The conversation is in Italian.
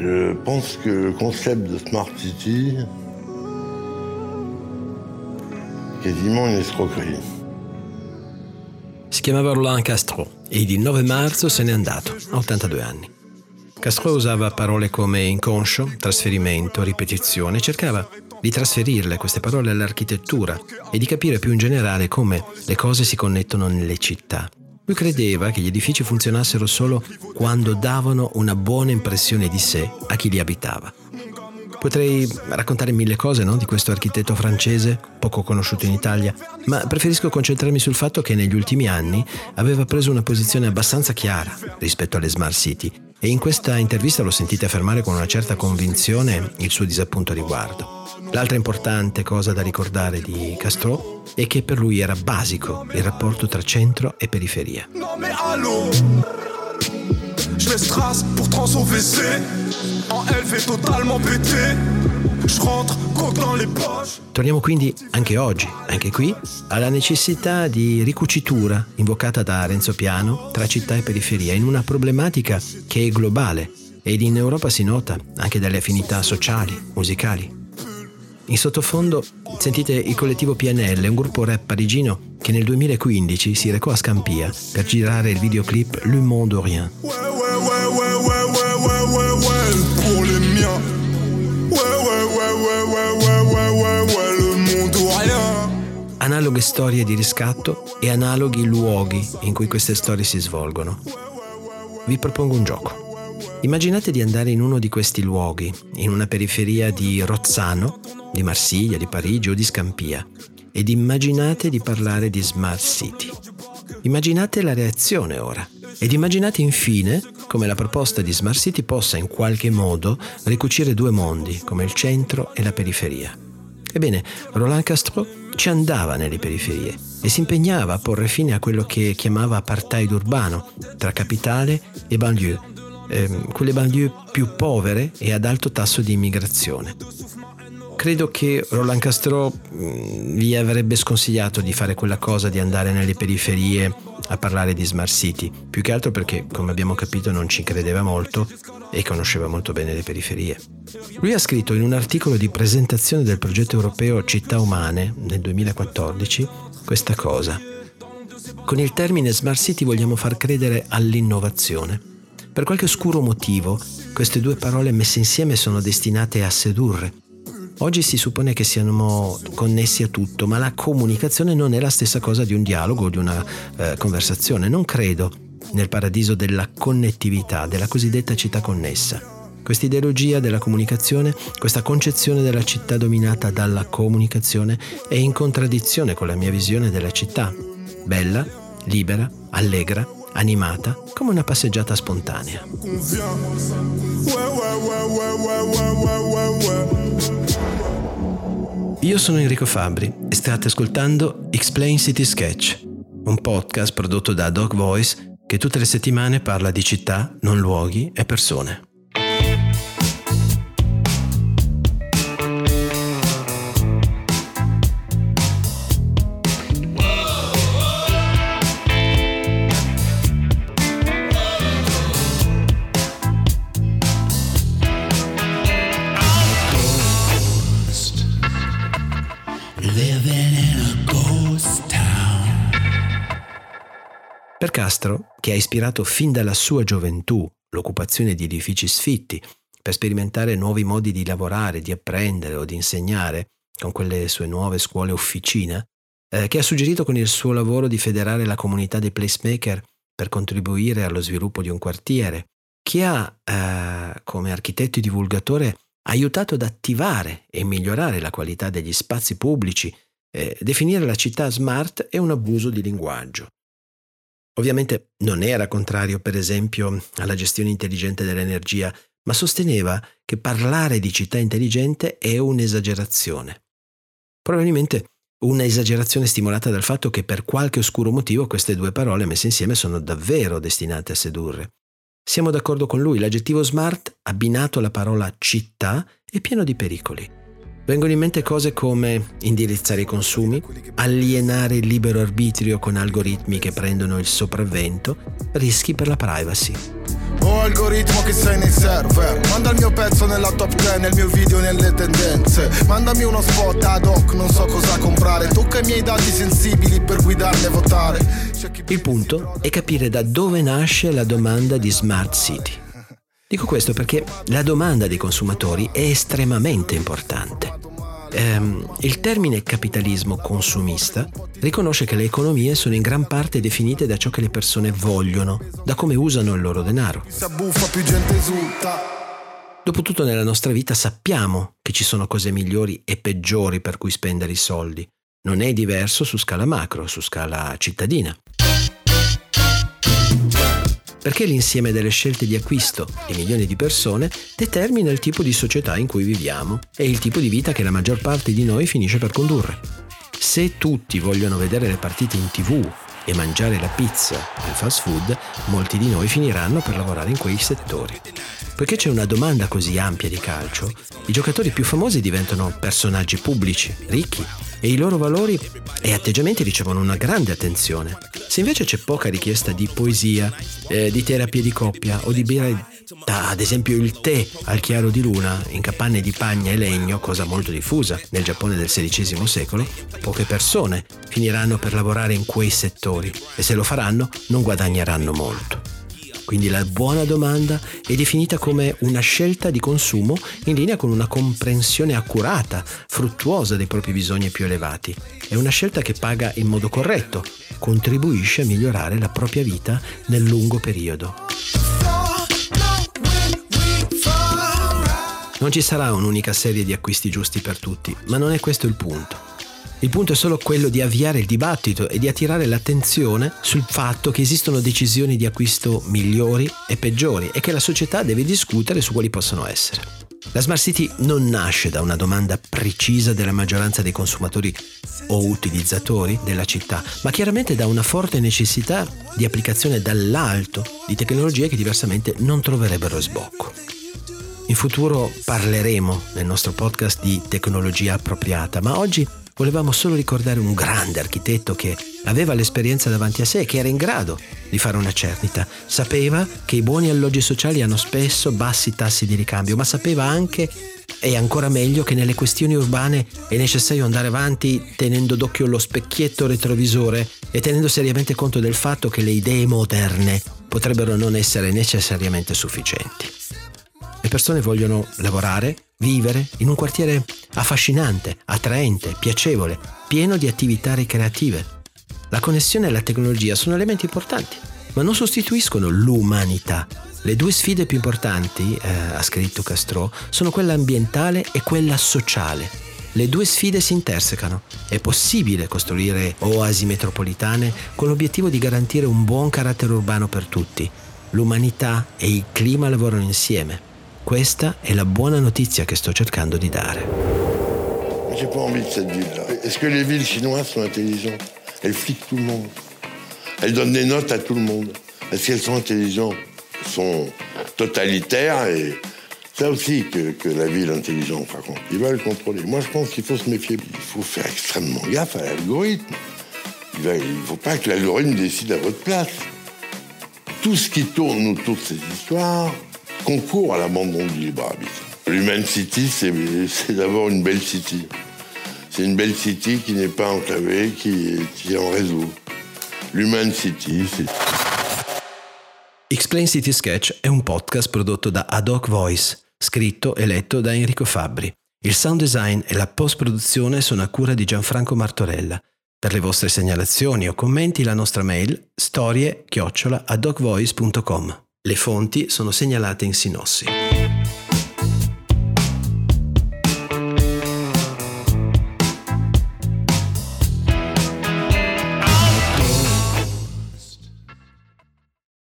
Je pense que le concept de Smart City è quasiment une escroquerie. Si chiamava Roland Castro e il 9 marzo se n'è andato, a 82 anni. Castro usava parole come inconscio, trasferimento, ripetizione e cercava di trasferirle queste parole all'architettura e di capire più in generale come le cose si connettono nelle città. Lui credeva che gli edifici funzionassero solo quando davano una buona impressione di sé a chi li abitava. Potrei raccontare mille cose, no, di questo architetto francese, poco conosciuto in Italia, ma preferisco concentrarmi sul fatto che negli ultimi anni aveva preso una posizione abbastanza chiara rispetto alle Smart City e in questa intervista l'ho sentita affermare con una certa convinzione il suo disappunto a riguardo. L'altra importante cosa da ricordare di Castro è che per lui era basico il rapporto tra centro e periferia. Je laisse trace pourtant son WC en elfe est totalement pété. Je rentre coque dans les poches. Torniamo quindi anche oggi, anche qui, alla necessità di ricucitura invocata da Renzo Piano tra città e periferia in una problematica che è globale ed in Europa si nota anche dalle affinità sociali, musicali. In sottofondo sentite il collettivo PNL, un gruppo rap parigino che nel 2015 si recò a Scampia per girare il videoclip Le Monde ou Rien. Analoghe storie di riscatto e analoghi luoghi in cui queste storie si svolgono. Vi propongo un gioco. Immaginate di andare in uno di questi luoghi, in una periferia di Rozzano, di Marsiglia, di Parigi o di Scampia, ed immaginate di parlare di Smart City. Immaginate la reazione ora ed immaginate infine come la proposta di Smart City possa in qualche modo ricucire due mondi, come il centro e la periferia. Ebbene, Roland Castro ci andava nelle periferie e si impegnava a porre fine a quello che chiamava apartheid urbano tra capitale e banlieue, quelle banlieue più povere e ad alto tasso di immigrazione. Credo che Roland Castro gli avrebbe sconsigliato di fare quella cosa di andare nelle periferie a parlare di Smart City, più che altro perché, come abbiamo capito, non ci credeva molto e conosceva molto bene le periferie. Lui ha scritto in un articolo di presentazione del progetto europeo Città Umane nel 2014 questa cosa: con il termine Smart City vogliamo far credere all'innovazione. Per qualche oscuro motivo, queste due parole messe insieme sono destinate a sedurre. Oggi si suppone che siamo connessi a tutto, ma la comunicazione non è la stessa cosa di un dialogo o di una conversazione. Non credo nel paradiso della connettività, della cosiddetta città connessa. Questa ideologia della comunicazione, questa concezione della città dominata dalla comunicazione è in contraddizione con la mia visione della città. Bella, libera, allegra, animata, come una passeggiata spontanea. Io sono Enrico Fabbri e state ascoltando Explain City Sketch, un podcast prodotto da Dog Voice che tutte le settimane parla di città, non luoghi e persone. Per Castro, che ha ispirato fin dalla sua gioventù l'occupazione di edifici sfitti per sperimentare nuovi modi di lavorare, di apprendere o di insegnare con quelle sue nuove scuole officina, che ha suggerito con il suo lavoro di federare la comunità dei placemaker per contribuire allo sviluppo di un quartiere, che ha, come architetto e divulgatore, aiutato ad attivare e migliorare la qualità degli spazi pubblici. Definire la città smart è un abuso di linguaggio. Ovviamente non era contrario, per esempio, alla gestione intelligente dell'energia, ma sosteneva che parlare di città intelligente è un'esagerazione. Probabilmente un'esagerazione stimolata dal fatto che per qualche oscuro motivo queste due parole messe insieme sono davvero destinate a sedurre. Siamo d'accordo con lui, l'aggettivo smart abbinato alla parola città è pieno di pericoli. Vengono in mente cose come indirizzare i consumi, alienare il libero arbitrio con algoritmi che prendono il sopravvento, rischi per la privacy. Oh algoritmo che sei nei server, manda il mio pezzo nella top 10, nel mio video nelle tendenze. Mandami uno spot ad hoc, non so cosa comprare. Tocca i miei dati sensibili per guidarmi a votare. Il punto è capire da dove nasce la domanda di Smart City. Dico questo perché la domanda dei consumatori è estremamente importante. Il termine capitalismo consumista riconosce che le economie sono in gran parte definite da ciò che le persone vogliono, da come usano il loro denaro. Dopotutto nella nostra vita sappiamo che ci sono cose migliori e peggiori per cui spendere i soldi. Non è diverso su scala macro, su scala cittadina. Perché l'insieme delle scelte di acquisto di milioni di persone determina il tipo di società in cui viviamo e il tipo di vita che la maggior parte di noi finisce per condurre. Se tutti vogliono vedere le partite in TV e mangiare la pizza al fast food, molti di noi finiranno per lavorare in quei settori. Poiché c'è una domanda così ampia di calcio, i giocatori più famosi diventano personaggi pubblici, ricchi, e i loro valori e atteggiamenti ricevono una grande attenzione. Se invece c'è poca richiesta di poesia, di terapie di coppia o di bere, ad esempio il tè al chiaro di luna in capanne di pagna e legno, cosa molto diffusa nel Giappone del XVI secolo, poche persone finiranno per lavorare in quei settori e se lo faranno non guadagneranno molto. Quindi la buona domanda è definita come una scelta di consumo in linea con una comprensione accurata, fruttuosa dei propri bisogni più elevati. È una scelta che paga in modo corretto, contribuisce a migliorare la propria vita nel lungo periodo. Non ci sarà un'unica serie di acquisti giusti per tutti, ma non è questo il punto. Il punto è solo quello di avviare il dibattito e di attirare l'attenzione sul fatto che esistono decisioni di acquisto migliori e peggiori e che la società deve discutere su quali possono essere. La Smart City non nasce da una domanda precisa della maggioranza dei consumatori o utilizzatori della città, ma chiaramente da una forte necessità di applicazione dall'alto di tecnologie che diversamente non troverebbero sbocco. In futuro parleremo nel nostro podcast di tecnologia appropriata, ma oggi volevamo solo ricordare un grande architetto che aveva l'esperienza davanti a sé e che era in grado di fare una cernita. Sapeva che i buoni alloggi sociali hanno spesso bassi tassi di ricambio, ma sapeva anche, e ancora meglio, che nelle questioni urbane è necessario andare avanti tenendo d'occhio lo specchietto retrovisore e tenendo seriamente conto del fatto che le idee moderne potrebbero non essere necessariamente sufficienti. Le persone vogliono lavorare, vivere in un quartiere affascinante, attraente, piacevole, pieno di attività ricreative. La connessione e la tecnologia sono elementi importanti, ma non sostituiscono l'umanità. Le due sfide più importanti, ha scritto Castro, sono quella ambientale e quella sociale. Le due sfide si intersecano. È possibile costruire oasi metropolitane con l'obiettivo di garantire un buon carattere urbano per tutti. L'umanità e il clima lavorano insieme. Questa è la buona notizia che sto cercando di dare. J'ai pas envie de cette ville-là. Est-ce que les villes chinoises sont intelligentes? Elles fliquent tout le monde. Elles donnent des notes à tout le monde. Est-ce qu'elles sont intelligentes? Elles sont totalitaires et ça aussi que la ville intelligente raconte. Ils veulent contrôler. Moi, je pense qu'il faut se méfier. Il faut faire extrêmement gaffe à l'algorithme. Il ne faut pas que l'algorithme décide à votre place. Tout ce qui tourne autour de ces histoires concourt à l'abandon du libre arbitre. L'Human City, c'est d'abord une belle city. C'est une belle city qui n'est pas enclavée, qui est en réseau. L'Human City, c'est... Explain City Sketch è un podcast prodotto da Ad Hoc Voice, scritto e letto da Enrico Fabbri. Il sound design e la post-produzione sono a cura di Gianfranco Martorella. Per le vostre segnalazioni o commenti la nostra mail storie@adhocvoice.com. Le fonti sono segnalate in sinossi.